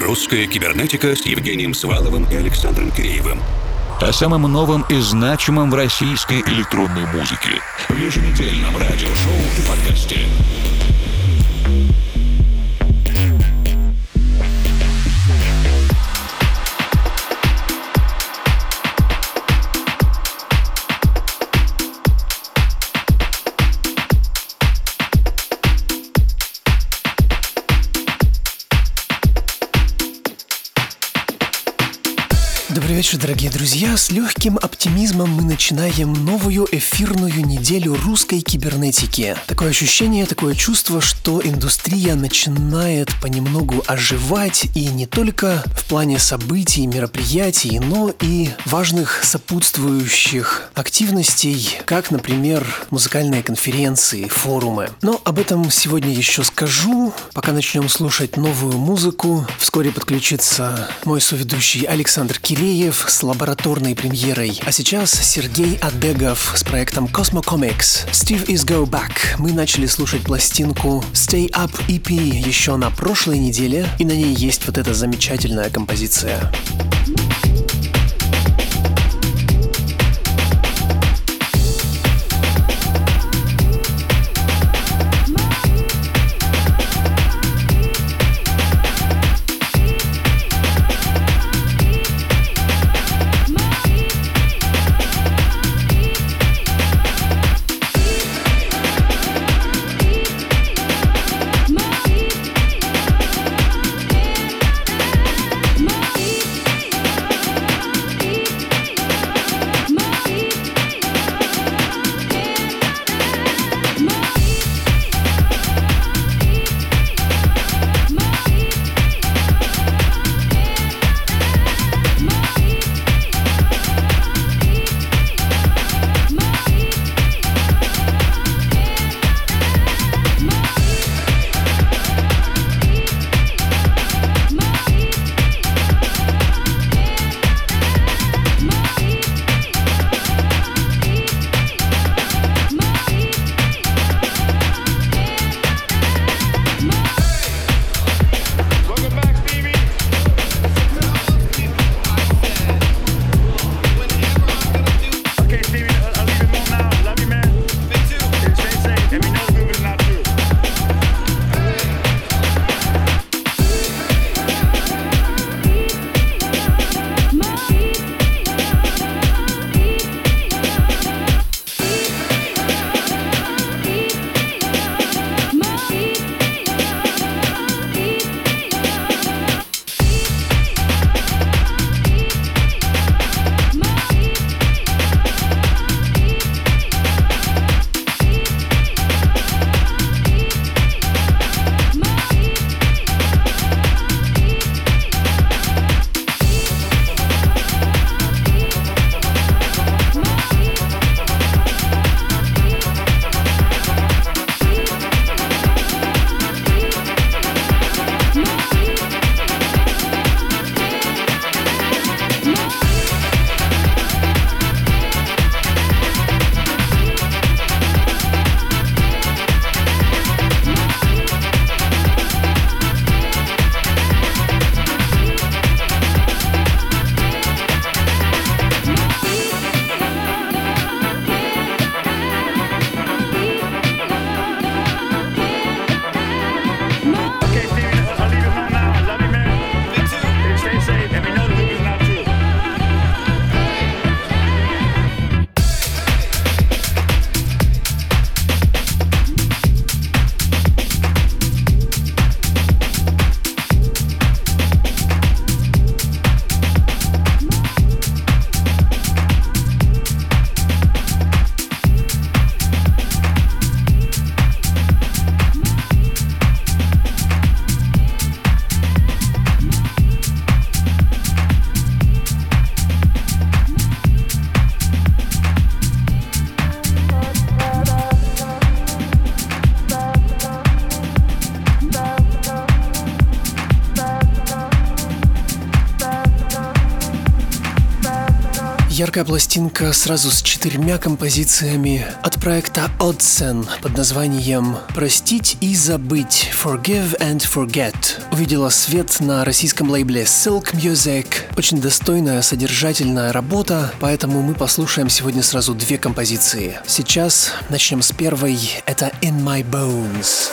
Русская кибернетика с Евгением Сваловым и Александром Киреевым. О самом новом и значимом в российской электронной музыке. В еженедельном радиошоу и подкасте. Добрый вечер, дорогие друзья. С легким оптимизмом мы начинаем новую эфирную неделю русской кибернетики. Такое ощущение, такое чувство, что индустрия начинает понемногу оживать, и не только в плане событий, мероприятий, но и важных сопутствующих активностей, как, например, музыкальные конференции, форумы. Но об этом сегодня еще скажу. Пока начнем слушать новую музыку, вскоре подключится мой соведущий Александр Киреев с лабораторной премьерой. А сейчас Сергей Адбегов с проектом Cosmo Comics. Steve is Go Back. Мы начали слушать пластинку Stay Up EP еще на прошлой неделе, и на ней есть вот эта замечательная композиция. Яркая пластинка сразу с 4 композициями от проекта Oddsen под названием «Простить и забыть» Forgive and Forget увидела свет на российском лейбле Silk Music. Очень достойная, содержательная работа, поэтому мы послушаем сегодня сразу 2 композиции. Сейчас начнем с первой, это In My Bones.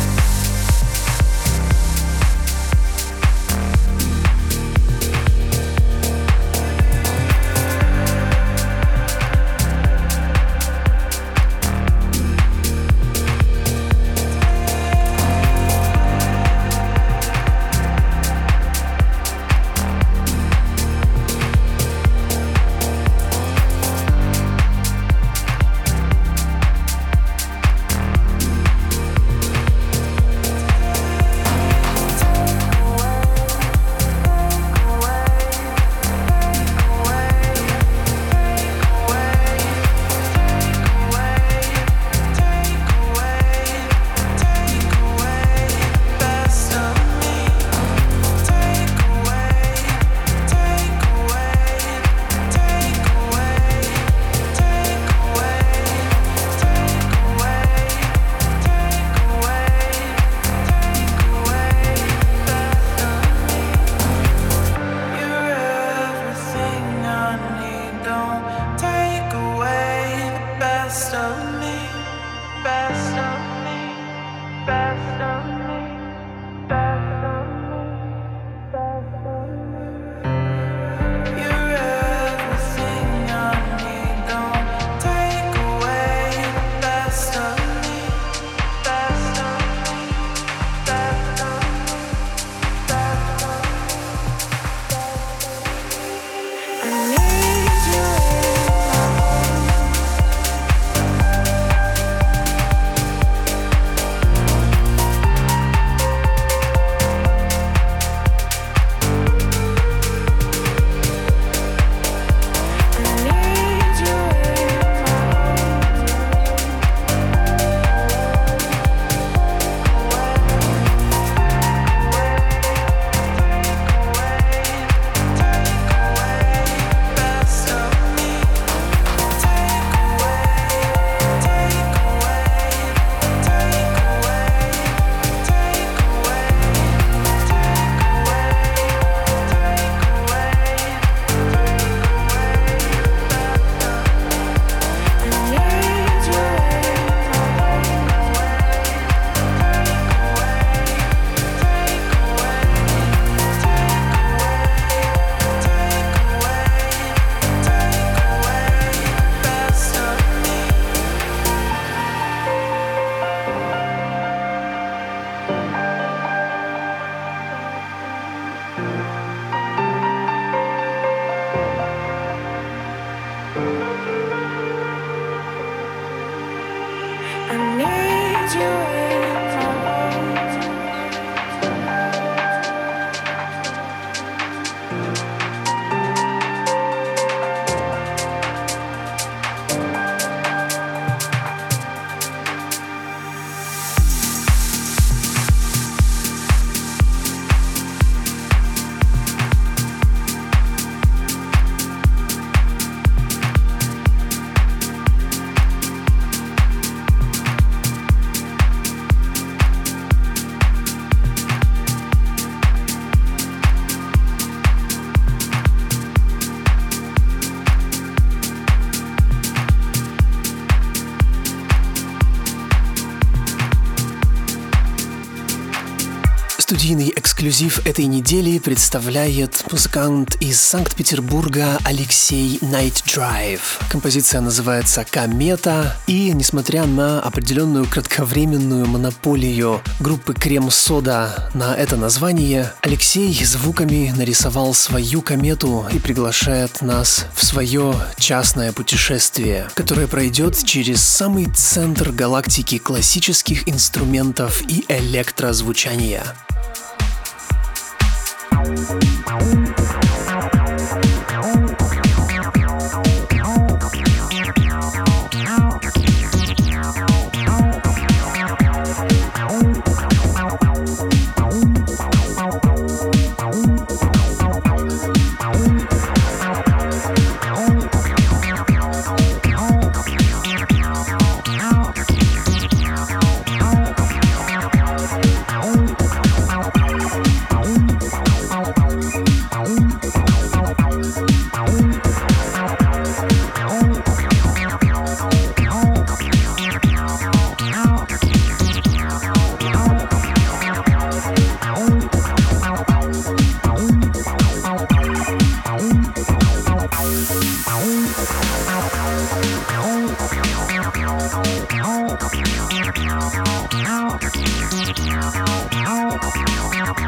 Студийный эксклюзив этой недели представляет музыкант из Санкт-Петербурга Алексей Night Drive. Композиция называется «Комета», и, несмотря на определенную кратковременную монополию группы «Крем-сода» на это название, Алексей звуками нарисовал свою комету и приглашает нас в свое частное путешествие, которое пройдет через самый центр галактики классических инструментов и электрозвучания.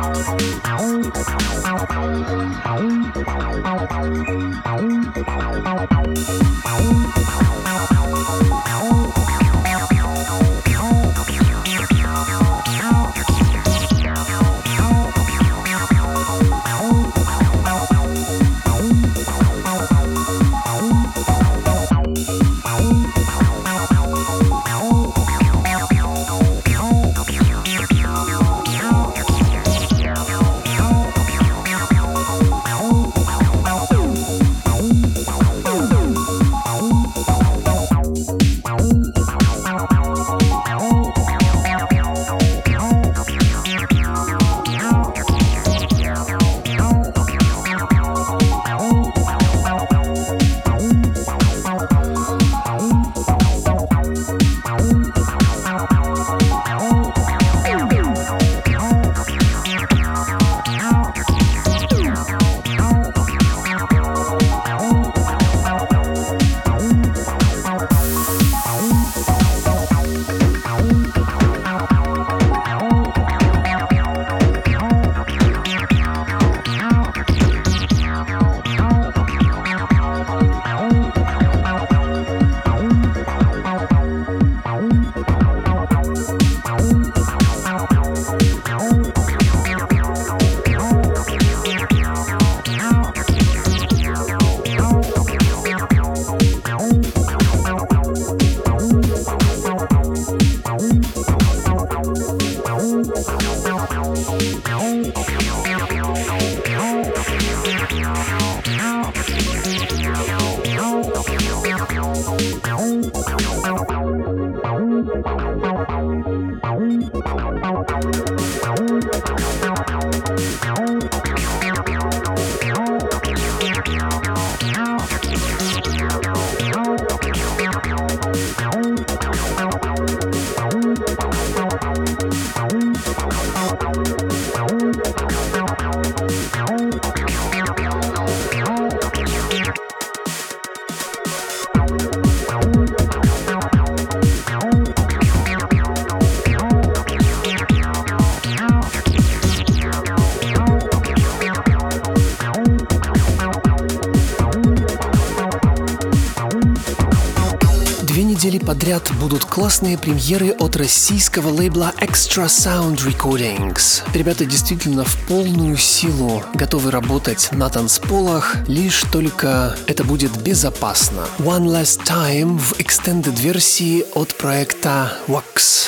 Подряд будут классные премьеры от российского лейбла Extra Sound Recordings. Ребята действительно в полную силу готовы работать на танцполах, лишь только это будет безопасно. One Last Time в extended версии от проекта Wax.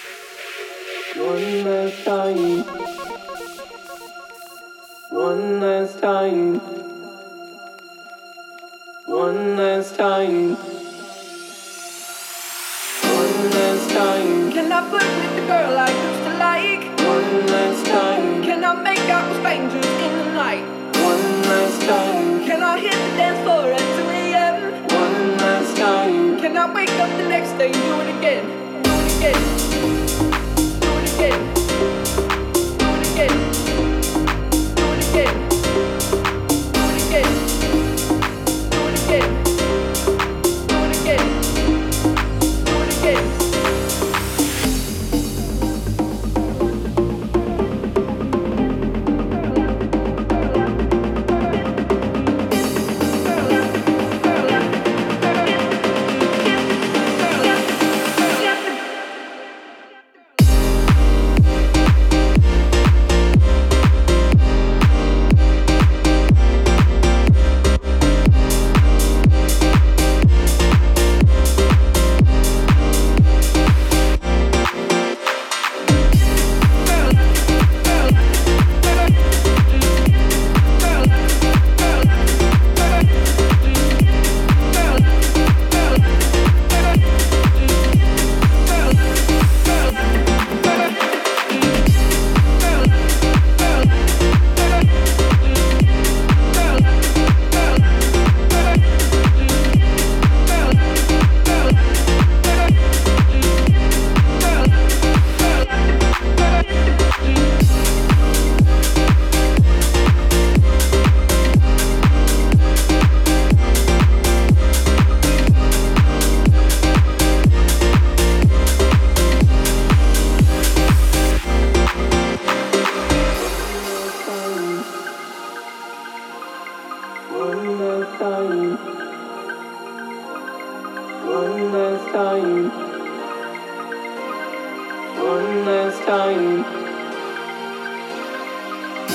One last time. One last time. One last time. One last time. Can I flirt with the girl I used to like? One last time. Can I make out with strangers in the night? One last time. Can I hit the dance floor at 2 a.m.? One last time. Can I wake up the next day and do it again? Do it again. Do it again. Do it again. Do it again. Do it again. Do it again. Do it again. Do it again.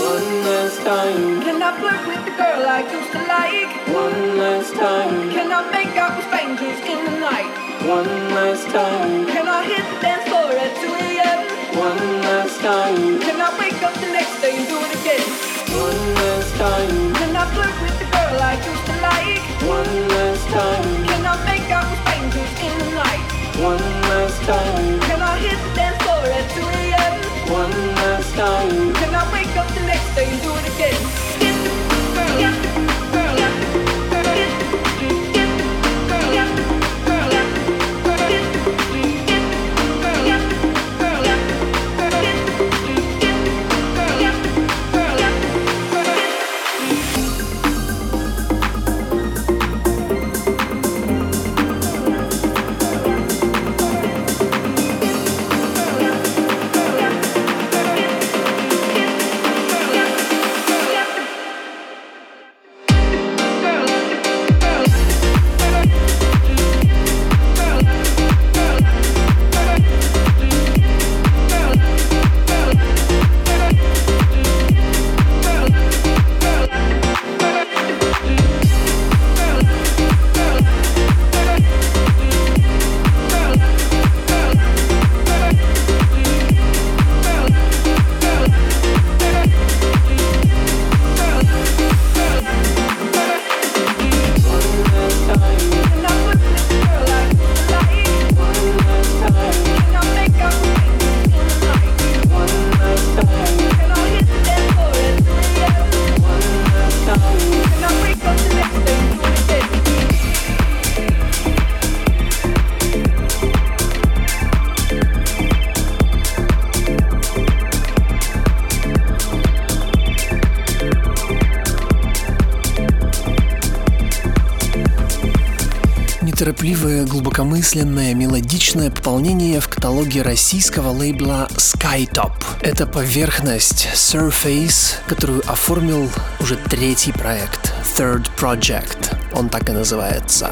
One last time. Can I flirt with the girl I used to like? One last time. Can I make out with strangers in the night? One last time. Can I hit the dance floor at 2 a.m.? One last time. Can I wake up the next day and do it again? One last time. Can I flirt with the girl I used to like? One last time. Can I make out with strangers in the night? One last time. Can I hit the dance floor at 2 a.m.? One last time. Can I wake up the next day and do it again? Get the girl, get the girl, get the girl, get the girl, get the girl, get the girl, get the girl, get the girl, get the girl, get the girl, get the girl, get the Неторопливое, глубокомысленное, мелодичное пополнение в каталоге российского лейбла Skytop. Это поверхность Surface, которую оформил уже третий проект Third Project. Он так и называется.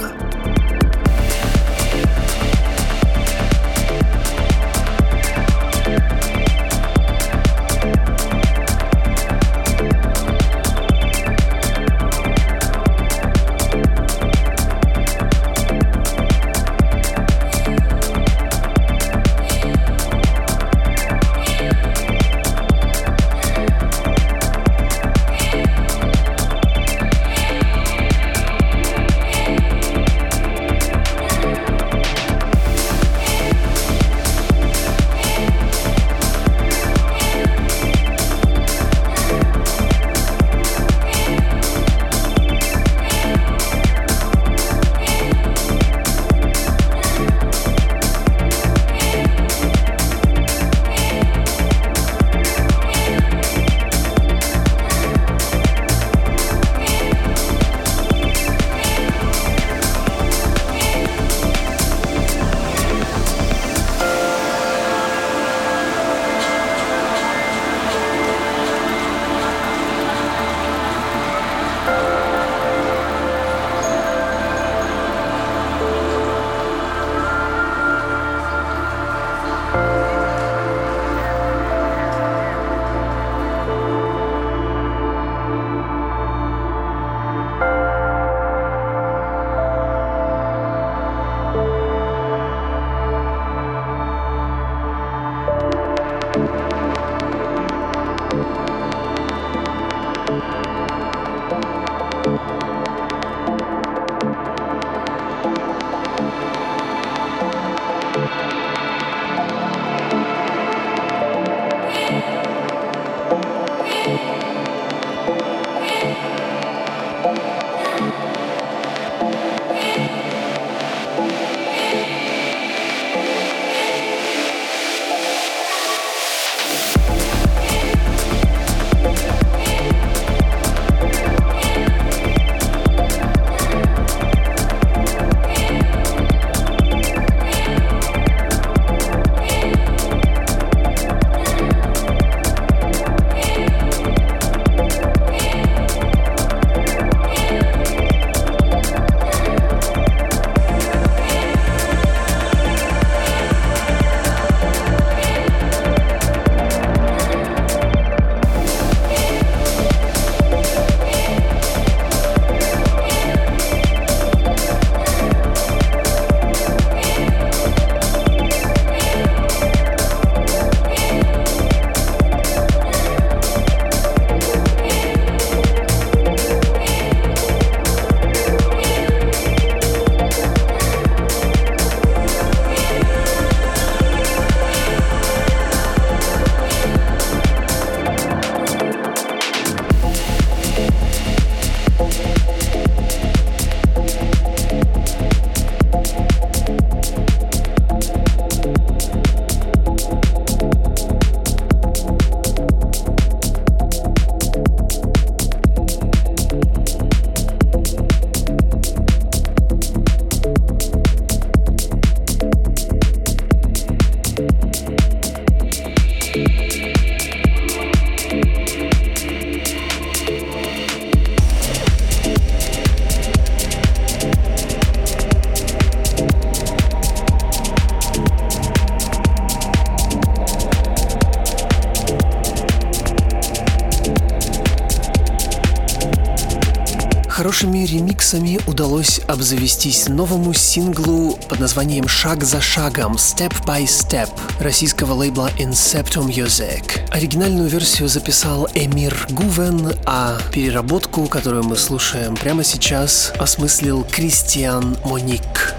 хорошими ремиксами удалось обзавестись новому синглу под названием «Шаг за шагом» «Step by Step» российского лейбла Inceptum Music. Оригинальную версию записал Эмир Гувен, а переработку, которую мы слушаем прямо сейчас, осмыслил Кристиан Моник.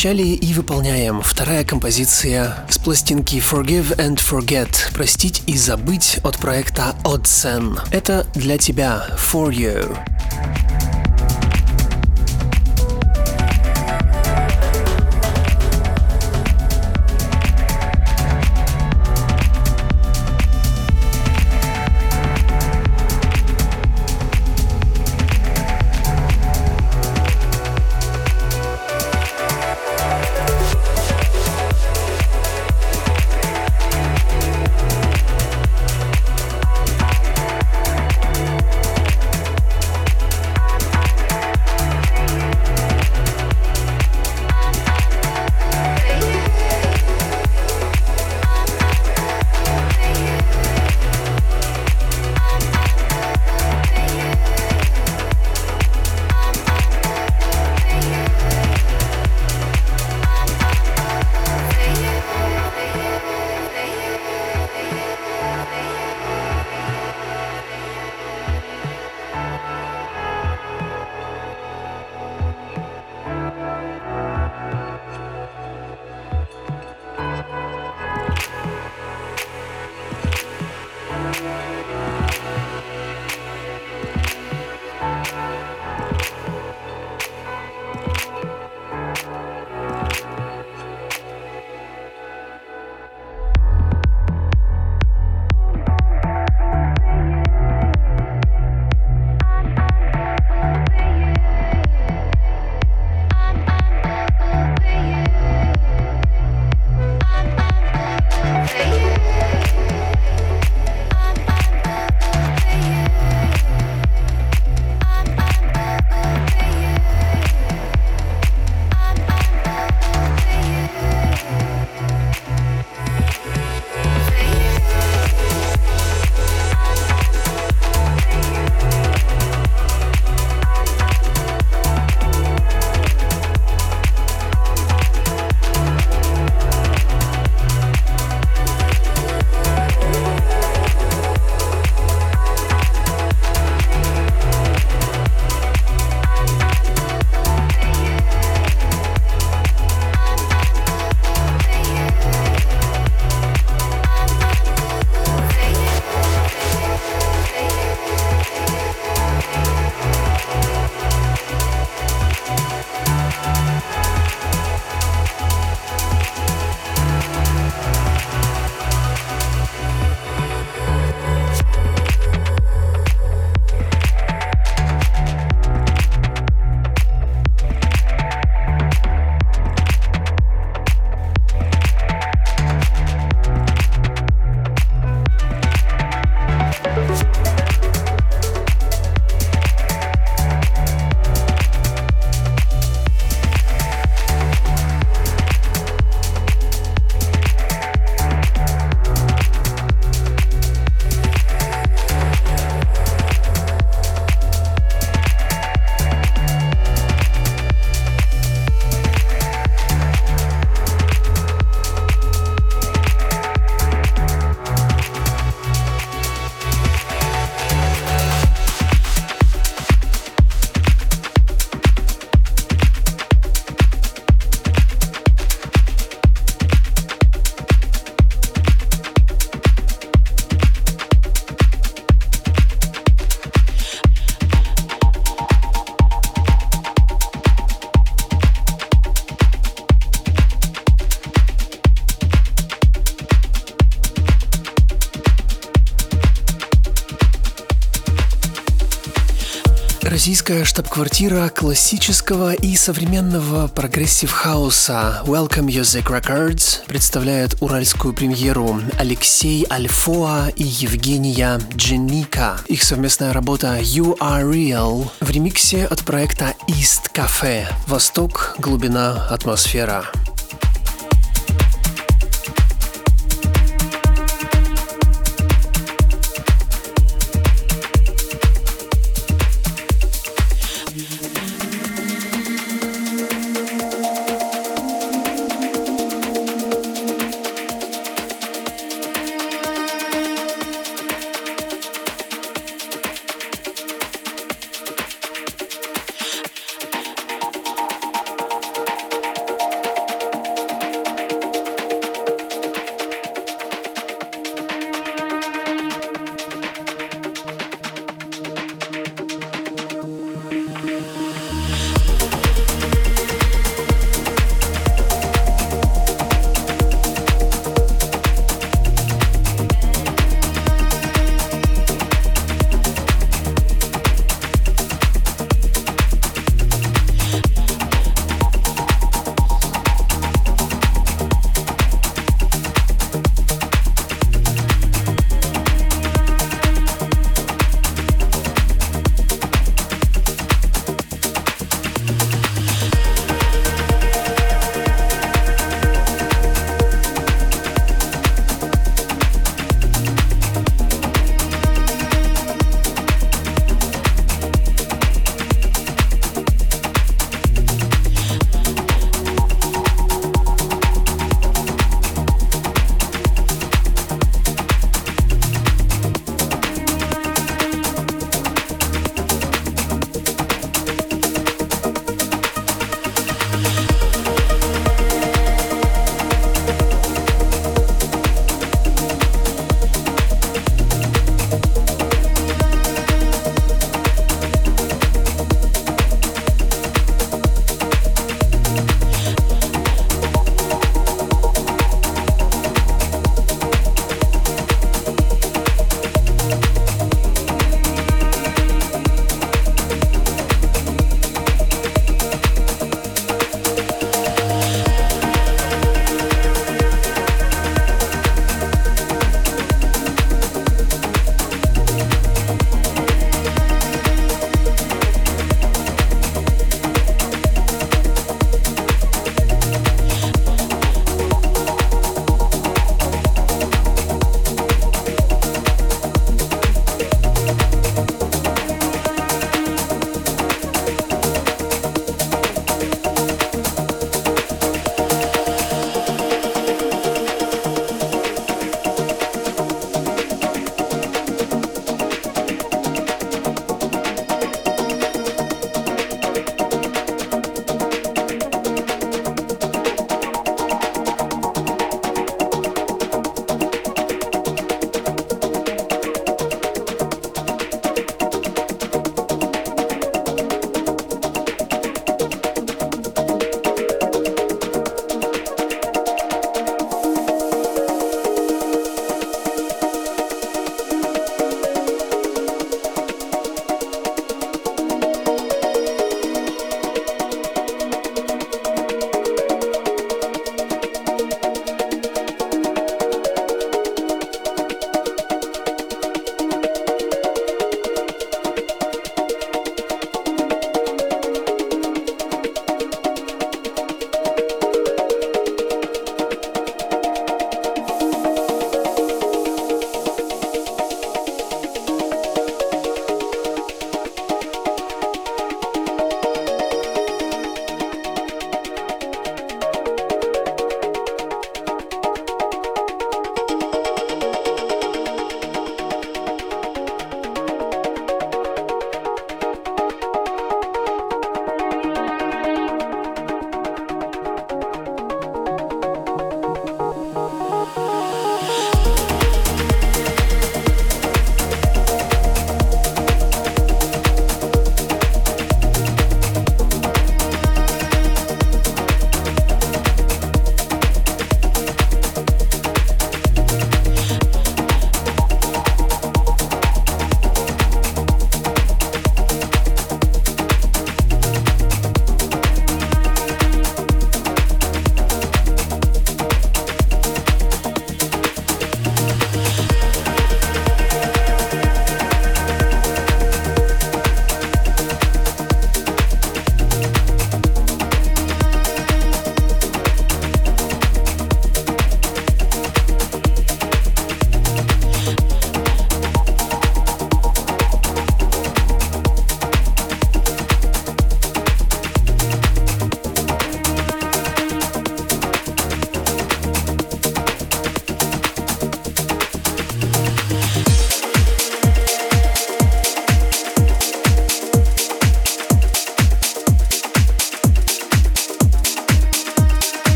Обещали и выполняем. Вторая композиция с пластинки Forgive and Forget, простить и забыть, от проекта Oddsen. Это для тебя, For You. Российская штаб-квартира классического и современного прогрессив-хауса Welcome Music Records представляет уральскую премьеру Алексей Альфоа и Евгения Дженика. Их совместная работа You Are Real в ремиксе от проекта East Cafe. Восток, глубина, атмосфера.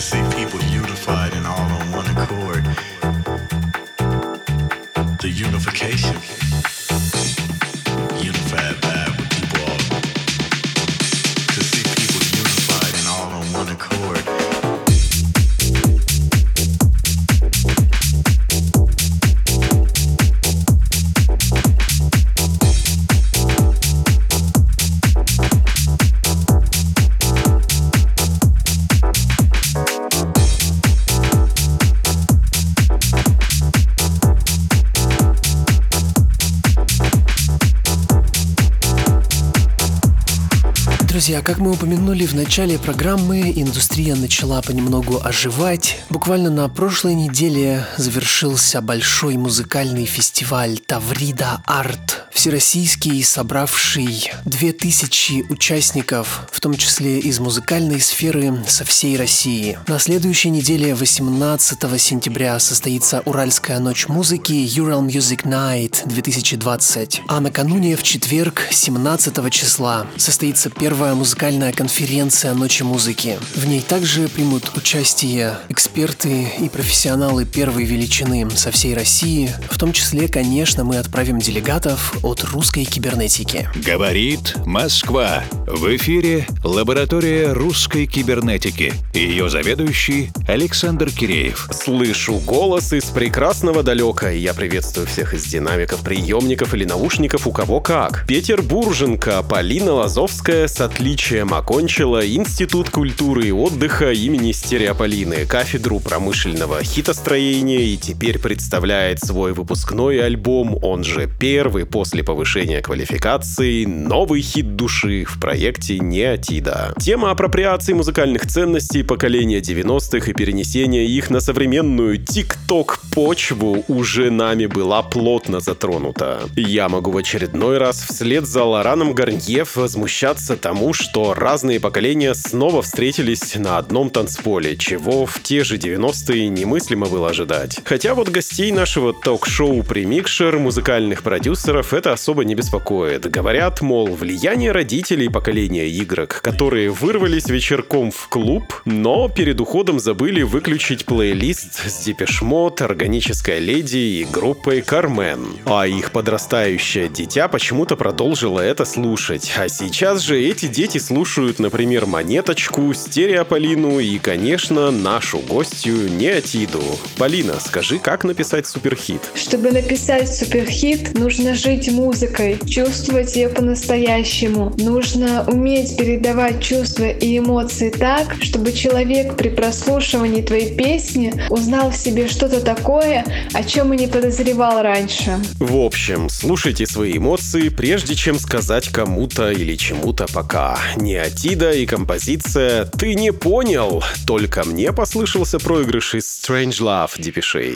see people unified and all on one accord. The unification. Unified vibe with people all. To see people unified and all on one accord. Друзья, как мы упомянули в начале программы, индустрия начала понемногу оживать. Буквально на прошлой неделе завершился большой музыкальный фестиваль Таврида Арт, всероссийский, собравший 2000 участников, в том числе из музыкальной сферы со всей России. На следующей неделе, 18 сентября, состоится Уральская ночь музыки Ural Music Night 2020. А накануне, в четверг, 17 числа, состоится первая музыкальная конференция Ночи музыки. В ней также примут участие эксперты и профессионалы первой величины со всей России. В том числе, конечно, мы отправим делегатов от русской кибернетики. Говорит Москва. В эфире лаборатория русской кибернетики. Ее заведующий Александр Киреев. Слышу голос из прекрасного далека, и я приветствую всех из динамиков, приемников или наушников, у кого как. Петербурженка Полина Лазовская с отличием окончила Институт культуры и отдыха имени Стереополины, кафедру промышленного хитостроения, и теперь представляет свой выпускной альбом, он же первый после повышения квалификации, новый хит души в проекте Неотида. Тема апроприации музыкальных ценностей поколения 90-х и перенесения их на современную тик-ток-почву уже нами была плотно затронута. Я могу в очередной раз вслед за Лораном Гарньев возмущаться тому, что разные поколения снова встретились на одном танцполе, чего в те же 90-е немыслимо было ожидать. Хотя вот гостей нашего ток-шоу «Премикшер», музыкальных продюсеров, это особо не беспокоит. Говорят, мол, влияние родителей поколения игрок, которые вырвались вечерком в клуб, но перед уходом забыли выключить плейлист с Депеш Мод, Органическая леди и группой Кармен. А их подрастающее дитя почему-то продолжило это слушать. А сейчас же эти дети слушают, например, Монеточку, Стереополину и, конечно, нашу гостью Неотиду. Полина, скажи, как написать суперхит? Чтобы написать суперхит, нужно жить музыкой, чувствовать ее по-настоящему. Нужно уметь передавать чувства и эмоции так, чтобы человек при прослушивании твоей песни узнал в себе что-то такое, о чем и не подозревал раньше. В общем, слушайте свои эмоции, прежде чем сказать кому-то или чему-то пока. Неотида и композиция «Ты не понял». Только мне послышался проигрыш из Strange Love Депешей.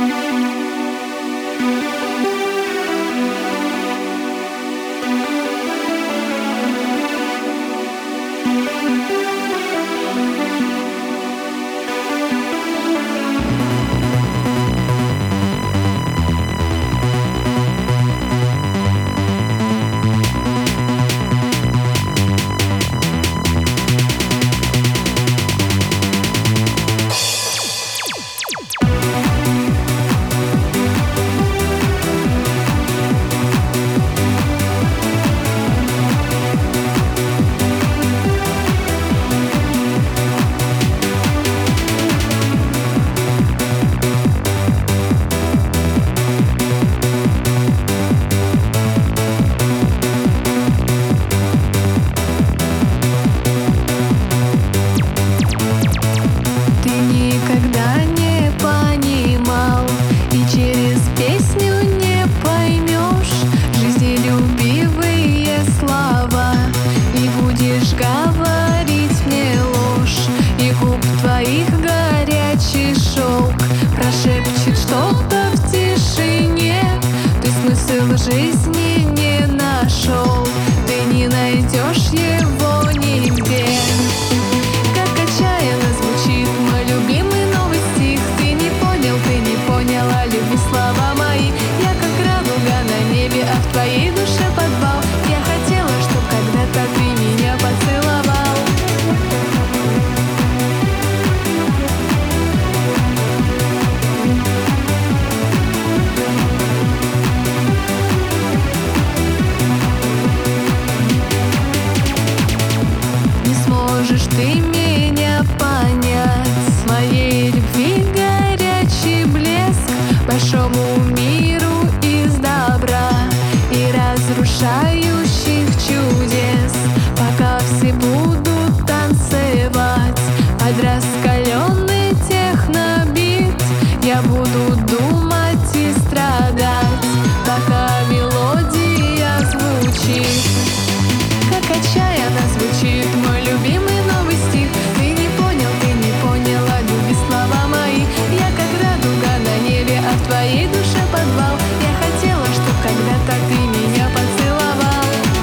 Жизни не нашел, ты не найдешь его нигде. Как отчаянно звучит мой любимый новый стих. Ты не поняла, люби слова мои. Я как радуга на небе, а в твоей душе подвал. Я хотела, чтоб когда-то ты меня поцеловал. раскаленный технобит. Я буду думать и страдать, пока мелодия звучит. Как отчаянно звучит мой любимый новый стих. Ты не поняла, люби слова мои. Я как радуга на небе, а в твоей душе подвал. Я хотела, чтоб когда-то ты меня поцеловал.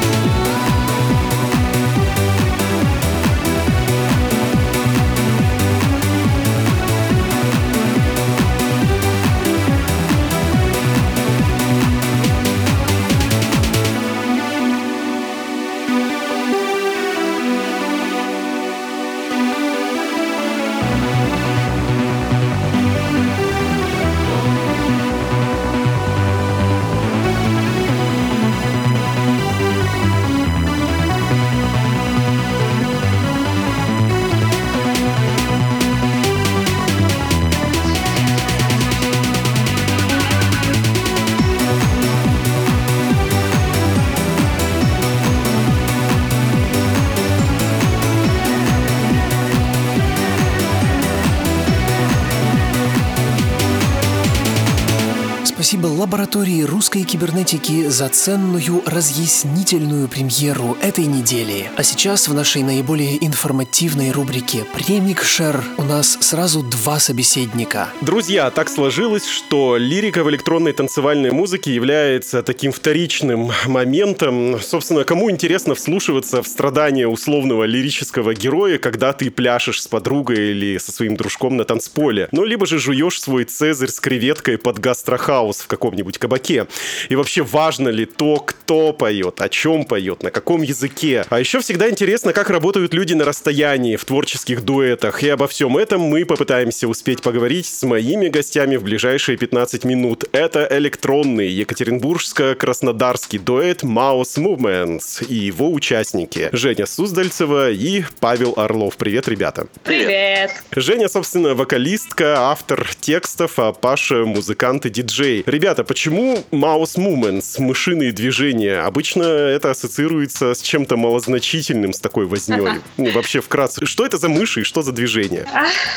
Спасибо лаборатории русской кибернетики за ценную разъяснительную премьеру этой недели. А сейчас в нашей наиболее информативной рубрике «Премикшер» у нас сразу два собеседника. Друзья, так сложилось, что лирика в электронной танцевальной музыке является таким вторичным моментом. Собственно, кому интересно вслушиваться в страдания условного лирического героя, когда ты пляшешь с подругой или со своим дружком на танцполе? Ну, либо же жуешь свой цезарь с креветкой под гастрохаус в каком-нибудь кабаке. И вообще, важно ли то, кто поет, о чем поет, на каком языке. А еще всегда интересно, как работают люди на расстоянии в творческих дуэтах. И обо всем этом мы попытаемся успеть поговорить с моими гостями в ближайшие 15 минут. Это электронный екатеринбургско-краснодарский дуэт Mouse Movements и его участники Женя Суздальцева и Павел Орлов. Привет, ребята. Привет. Женя, собственно, вокалистка, автор текстов, а Паша музыкант и диджей. Ребята, почему Mouse Movements, мышиные движения? Обычно это ассоциируется с чем-то малозначительным, с такой вознёй. Вообще, вкратце, что это за мыши и что за движение?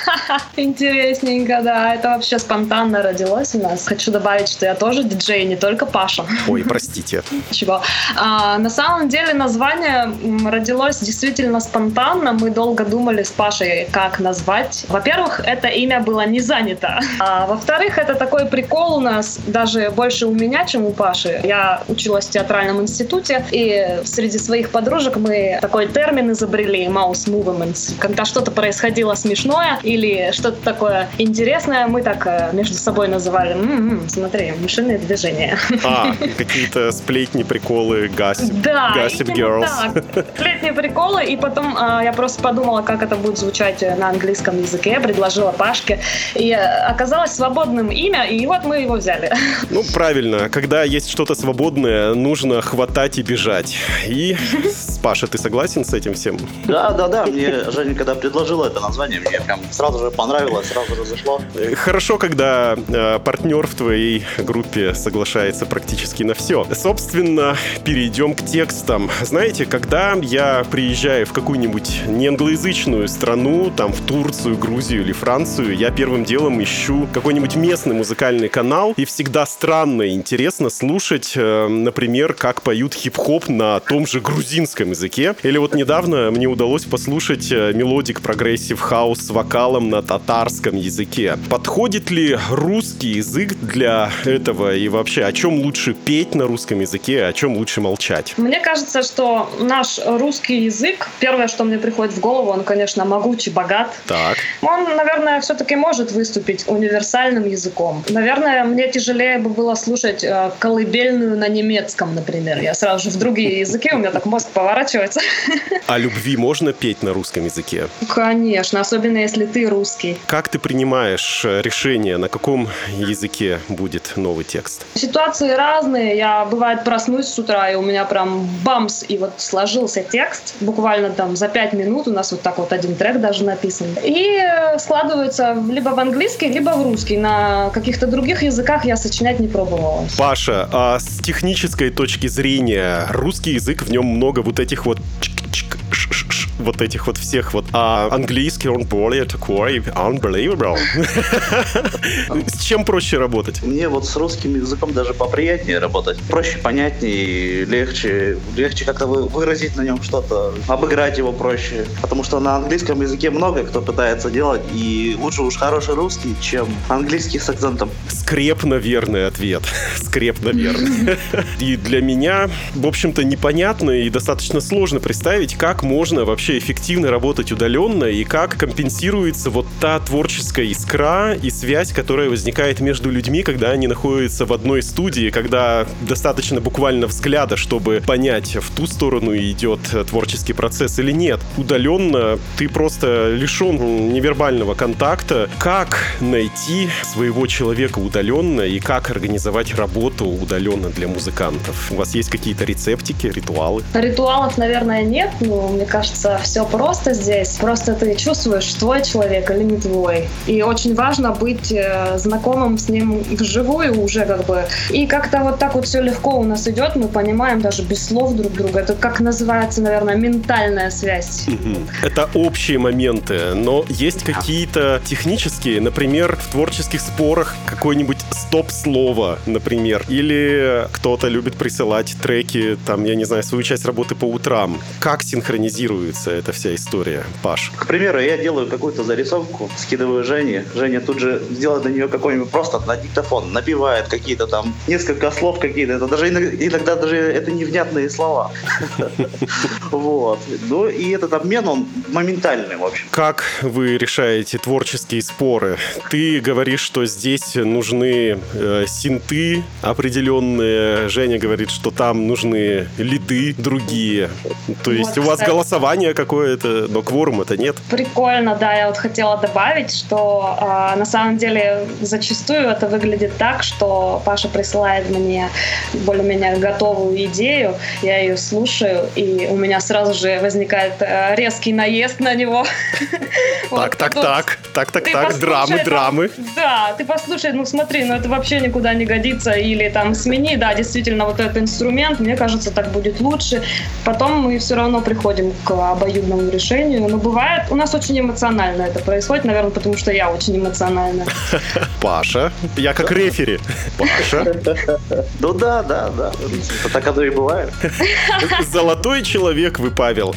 Интересненько, да. Это вообще спонтанно родилось у нас. Хочу добавить, что я тоже диджей, не только Паша. Ой, простите. Чего? На самом деле название родилось действительно спонтанно. Мы долго думали с Пашей, как назвать. Во-первых, это имя было не занято. А во-вторых, это такой прикол у нас, даже больше у меня, чем у Паши. Я училась в театральном институте, и среди своих подружек мы такой термин изобрели — Mouse Movements. Когда что-то происходило смешное или что-то такое интересное, мы так между собой называли. Смотри, мышиные движения. Какие-то сплетни, приколы, gossip girls. Так. Сплетни, приколы, и потом я просто подумала, как это будет звучать на английском языке, предложила Пашке, и оказалось свободным имя, и вот мы его взяли. Ну, правильно. Когда есть что-то свободное, нужно хватать и бежать. И, Паша, ты согласен с этим всем? Да. Мне Женя, когда предложила это название, мне прям сразу же понравилось, сразу же зашло. Хорошо, когда партнер в твоей группе соглашается практически на все. Собственно, перейдем к текстам. Знаете, когда я приезжаю в какую-нибудь неанглоязычную страну, там в Турцию, Грузию или Францию, я первым делом ищу какой-нибудь местный музыкальный канал, и всегда странно и интересно слушать, например, как поют хип-хоп на том же грузинском языке. Или вот недавно мне удалось послушать мелодик прогрессив хаус с вокалом на татарском языке. Подходит ли русский язык для этого? И вообще, о чем лучше петь на русском языке, о чем лучше молчать? Мне кажется, что наш русский язык, первое, что мне приходит в голову, он, конечно, могучий, богат. Так. Он, наверное, все-таки может выступить универсальным языком. Наверное, мне тяжелее бы было слушать колыбельную на немецком, например. Я сразу же в другие языки, у меня так мозг поворачивается. О любви можно петь на русском языке? Конечно, особенно если ты русский. Как ты принимаешь решение, на каком языке будет новый текст? Ситуации разные. Я, бывает, проснусь с утра, и у меня прям бамс, и вот сложился текст. Буквально там за 5 минут у нас вот так вот один трек даже написан. И складывается либо в английский, либо в русский. На каких-то других языках я сочинять не пробовала. Паша, а с технической точки зрения русский язык, в нем много вот этих вот вот этих вот всех вот. А английский, он более такой unbelievable. С чем проще работать? Мне вот с русским языком даже поприятнее работать. Проще, понятнее, легче как-то выразить на нем что-то, обыграть его проще. Потому что на английском языке много кто пытается делать, и лучше уж хороший русский, чем английский с акцентом. Скрепно верный ответ. Скрепно верный. И для меня, в общем-то, непонятно и достаточно сложно представить, как можно вообще эффективно работать удаленно и как компенсируется вот та творческая искра и связь, которая возникает между людьми, когда они находятся в одной студии, когда достаточно буквально взгляда, чтобы понять, в ту сторону идет творческий процесс или нет. Удаленно ты просто лишен невербального контакта. Как найти своего человека удаленно и как организовать работу удаленно для музыкантов? У вас есть какие-то рецептики, ритуалы? Ритуалов, наверное, нет. Ну, мне кажется, все просто здесь. Просто ты чувствуешь, твой человек или не твой. И очень важно быть знакомым с ним вживую уже как бы. И как-то вот так вот все легко у нас идет. Мы понимаем даже без слов друг друга. Это как называется, наверное, ментальная связь. Это общие моменты, но есть какие-то технические, например, в творческих спорах какое-нибудь стоп-слово, например, или кто-то любит присылать треки, там, я не знаю, свою часть работы по утрам. Как синхронизируется эта вся история, Паш? К примеру, я делаю какую-то зарисовку, скидываю Жене. Женя тут же делает на нее какой-нибудь просто на диктофон, набивает какие-то там несколько слов какие-то. Это даже иногда даже это невнятные слова. Вот. Ну и этот обмен, он моментальный, в общем. Как вы решаете творческие споры? Ты говоришь, что здесь нужны синты определенные. Женя говорит, что там нужны лиды другие. То есть вот, у вас кстати, голосование какое-то, но кворума-то нет. Прикольно, да, я вот хотела добавить, что на самом деле зачастую это выглядит так, что Паша присылает мне более-менее готовую идею, я ее слушаю, и у меня сразу же возникает резкий наезд на него. Так, драмы. Да, ты послушай, ну смотри, ну это вообще никуда не годится, или там смени, да, действительно, вот этот инструмент, мне кажется, так будет лучше. Потом мы все равно приходим к обоюдному решению, но бывает, у нас очень эмоционально это происходит, наверное, потому что я очень эмоциональна. Паша, я как рефери. Паша. Ну да. Так оно и бывает. Золотой человек вы, Павел.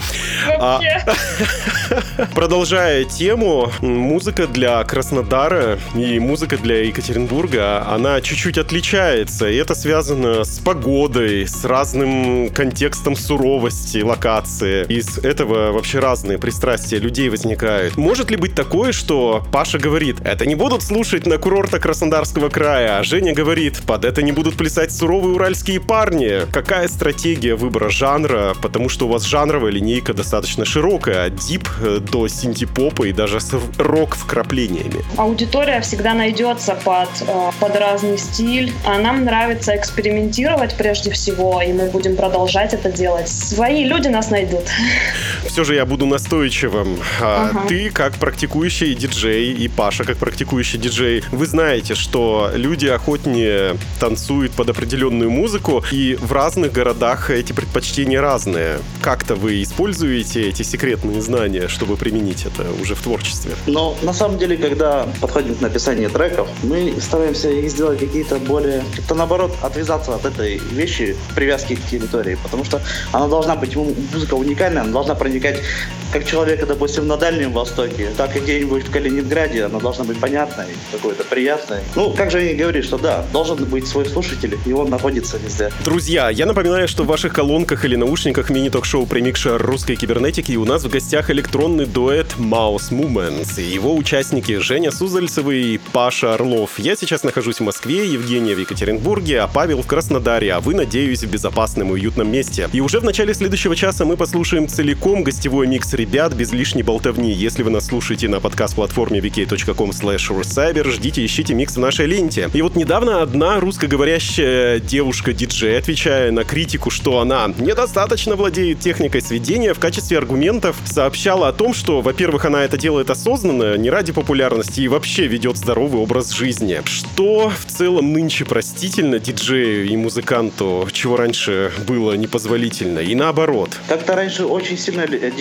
Продолжая тему, музыка для Краснодара и музыка для Екатеринбурга, она чуть-чуть отличается, и это связано с погодой, с разным контекстом суровости локации. Из этого вообще разные пристрастия людей возникают. Может ли быть такое, что Паша говорит, это не будут слушать на курортах Краснодарского края, а Женя говорит, под это не будут плясать суровые уральские парни? Какая стратегия выбора жанра? Потому что у вас жанровая линейка достаточно широкая, от дип до синти-попа и даже с рок-вкраплениями. Аудитория всегда найдется под разный стиль, а нам нравится экспериментировать прежде всего, и мы будем продолжать это делать. Свои люди нас найдут. Все же я буду настойчивым. Ты, как практикующий диджей, и Паша, как практикующий диджей, вы знаете, что люди охотнее танцуют под определенную музыку, и в разных городах эти предпочтения разные. Как-то вы используете эти секретные знания, чтобы применить это уже в творчестве? Но на самом деле, когда подходим к написанию треков, мы стараемся их сделать какие-то более... Это наоборот, отвязаться от этой вещи, привязки к территории, потому что она должна быть, музыка уникальная, она должна проникать как человека, допустим, на Дальнем Востоке, так и где-нибудь в Калининграде, она должна быть понятной, какой-то приятной. Ну, как же они говорят, что да, должен быть свой слушатель, и он находится везде. Друзья, я напоминаю, что в ваших колонках или наушниках мини-ток-шоу «Премикшер русской кибернетики», и у нас в гостях электронный дуэт Mouse Movements, и его участники Женя Сузальцева и Паша Орлов. Я сейчас нахожусь в Москве, Евгения в Екатеринбурге, а Павел в Краснодаре, а вы, надеюсь, в безопасном и уютном месте. И уже в начале следующего часа мы послушаем целиком гостевой микс ребят без лишней болтовни. Если вы нас слушаете на подкаст-платформе vk.com/russcyber, ждите, ищите микс в нашей ленте. И вот недавно одна русскоговорящая девушка-диджей, отвечая на критику, что она недостаточно владеет техникой сведения, в качестве аргументов сообщала о том, что, во-первых, она это делает осознанно, не ради популярности, и вообще ведет здоровый образ жизни. Что в целом нынче простительно диджею и музыканту, чего раньше было непозволительно, и наоборот. Как-то раньше очень сильно диджеи были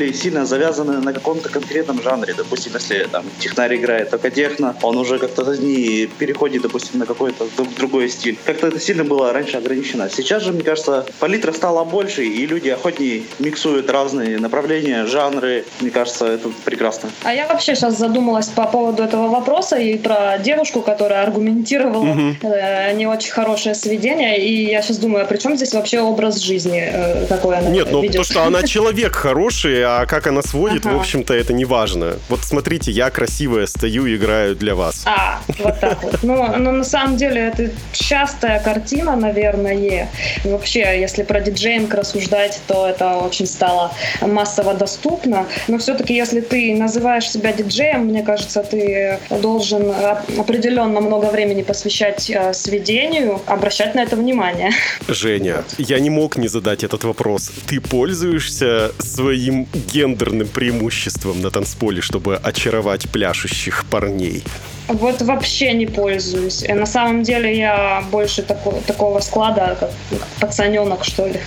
более сильно завязаны на каком-то конкретном жанре. Допустим, если там технарь играет только техно, он уже как-то не переходит, допустим, на какой-то другой стиль. Как-то это сильно было раньше ограничено. Сейчас же, мне кажется, палитра стала больше, и люди охотнее миксуют разные направления, жанры. Мне кажется, это прекрасно. А я вообще сейчас задумалась по поводу этого вопроса и про девушку, которая аргументировала не очень хорошее сведение. И я сейчас думаю, а при чем здесь вообще образ жизни, какой она Нет, ну ведет? то, что она человек хороший, а как она сводит, в общем-то, это не важно. Вот смотрите, я красивая стою и играю для вас. Вот так вот. Но на самом деле это частая картина, наверное. Вообще, если про диджеинг рассуждать, то это очень стало массово доступно. Но все-таки, если ты называешь себя диджеем, мне кажется, ты должен определенно много времени посвящать сведению, обращать на это внимание. Женя, я не мог не задать этот вопрос. Ты пользуешься своим гендерным преимуществом на танцполе, чтобы очаровать пляшущих парней? Вот вообще не пользуюсь. На самом деле я больше такого склада, как пацаненок, что ли.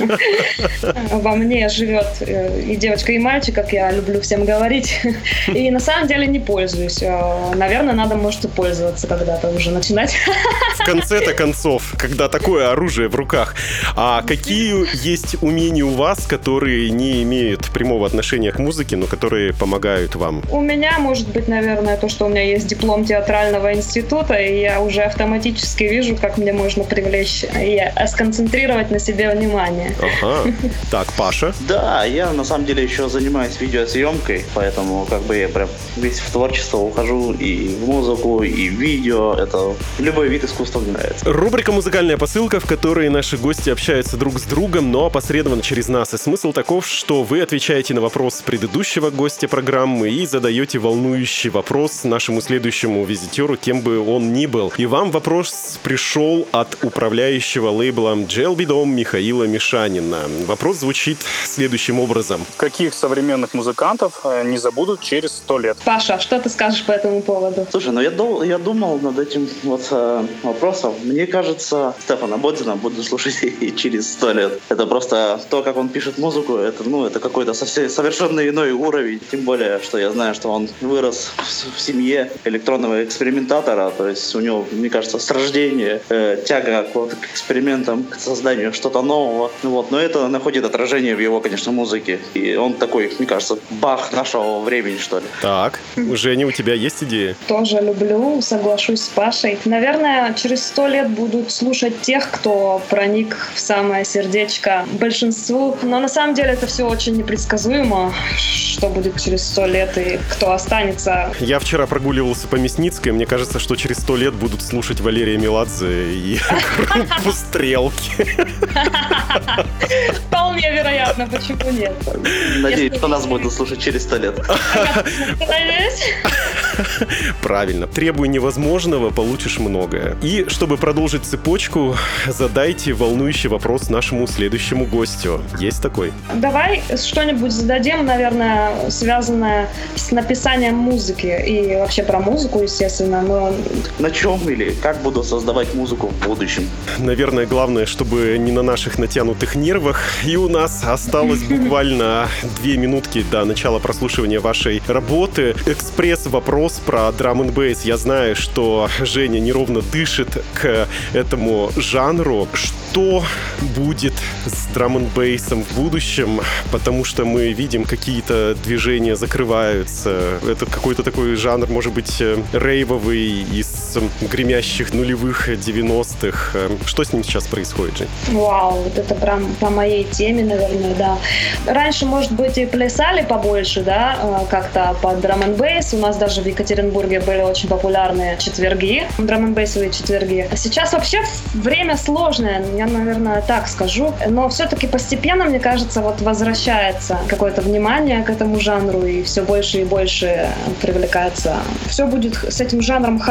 Во мне живет и девочка, и мальчик, как я люблю всем говорить. И на самом деле не пользуюсь. Наверное, надо, может, и пользоваться когда-то уже начинать. В конце-то концов, когда такое оружие в руках. А какие есть умения у вас, которые не имеют прямого отношения к музыке, но которые помогают вам? У меня, может быть, наверное, то, что у меня есть диплом театрального института, и я уже автоматически вижу, как мне можно привлечь и сконцентрировать на себе внимание. Ага. Так, Паша? Да, я на самом деле еще занимаюсь видеосъемкой, поэтому как бы я прям весь в творчество ухожу, и в музыку, и в видео. Это любой вид искусства мне нравится. Рубрика «Музыкальная посылка», в которой наши гости общаются друг с другом, но опосредованно через нас. И смысл таков, что вы отвечаете на вопрос предыдущего гостя программы и задаете волнующий вопрос нашему следующему визитеру, кем бы он ни был. И вам вопрос пришел от управляющего лейблом JLB Dom Михаила Мишанина. Вопрос звучит следующим образом. Каких современных музыкантов не забудут через 100 лет? Паша, что ты скажешь по этому поводу? Слушай, ну я думал над этим вопросом. Мне кажется, Стефана Бодзина буду слушать и через 100 лет. Это просто то, как он пишет музыку, это какой-то совершенно иной уровень. Тем более, что я знаю, что он вырос в семье электронного экспериментатора, то есть у него, мне кажется, с рождения тяга к экспериментам, к созданию что-то нового. Но это находит отражение в его, конечно, музыке. И он такой, мне кажется, Бах нашего времени, что ли. Так, Женя, у тебя есть идеи? Тоже люблю, соглашусь с Пашей. Наверное, через 100 лет будут слушать тех, кто проник в самое сердечко большинству. Но на самом деле это все очень непредсказуемо, что будет через 100 лет и кто останется. Я вчера прогуливался по Мясницкой, мне кажется, что через 100 лет будут слушать Валерия Меладзе и группу «Стрелки». Вполне вероятно, почему нет? Надеюсь, что нас будут слушать через 100 лет. Правильно. Требуй невозможного, получишь многое. И, чтобы продолжить цепочку, задайте волнующий вопрос нашему следующему гостю. Есть такой? Давай что-нибудь зададим, наверное, связанное с написанием музыки. И вообще про музыку, естественно. Но... На чем или как буду создавать музыку в будущем? Наверное, главное, чтобы не на наших натянутых нервах. И у нас осталось буквально 2 минутки до начала прослушивания вашей работы. Экспресс-вопрос про драм-н-бейс. Я знаю, что Женя неровно дышит к этому жанру. Что будет с драм-н-бейсом в будущем? Потому что мы видим, какие-то движения закрываются. Это какой-то такой жанр, может быть, рейвовый из гремящих нулевых 90-х. Что с ним сейчас происходит, Жень? Вау, вот это прям по моей теме, наверное, да. Раньше, может быть, и плясали побольше, да, как-то под драм-н-бейс. У нас даже в Екатеринбурге были очень популярные четверги, драм-н-бейсовые четверги. А сейчас вообще время сложное, я, наверное, так скажу. Но все-таки постепенно, мне кажется, вот возвращается какое-то внимание к этому жанру, и все больше и больше привлекается. Все будет с этим жанром хорошо,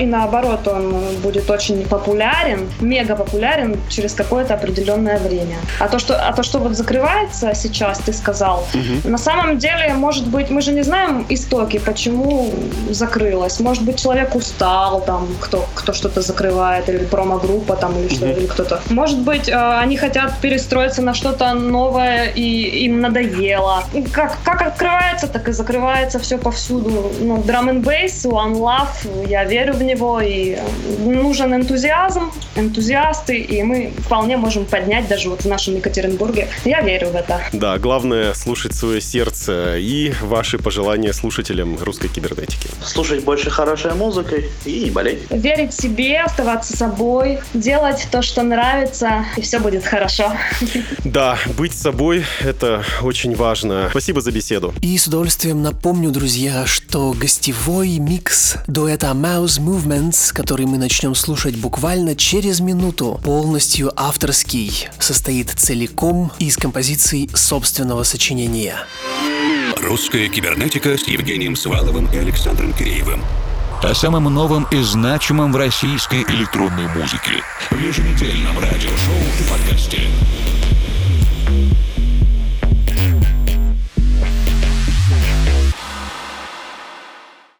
и наоборот, он будет очень популярен, мега популярен через какое-то определенное время. А то, что вот закрывается сейчас, ты сказал, на самом деле, может быть, мы же не знаем истоки, почему закрылось. Может быть, человек устал, там, кто что-то закрывает, или промо-группа, там, или что, или кто-то. Может быть, они хотят перестроиться на что-то новое, и им надоело. Как открывается, так и закрывается все повсюду. Ну, Drum and Bass, One Love, я верю в него, и нужен энтузиазм, энтузиасты, и мы вполне можем поднять даже вот в нашем Екатеринбурге. Я верю в это. Да, главное слушать свое сердце и ваши пожелания слушателям русской кибернетики. Слушать больше хорошей музыки и не болеть. Верить себе, оставаться собой, делать то, что нравится, и все будет хорошо. Да, быть собой — это очень важно. Спасибо за беседу. И с удовольствием напомню, друзья, что гостевой микс дуэта Mouse Movements, который мы начнем слушать буквально через минуту, полностью авторский, состоит целиком из композиций собственного сочинения. Русская кибернетика с Евгением Сваловым и Александром Киреевым. О самом новом и значимом в российской электронной музыке. В еженедельном радиошоу и подкасте.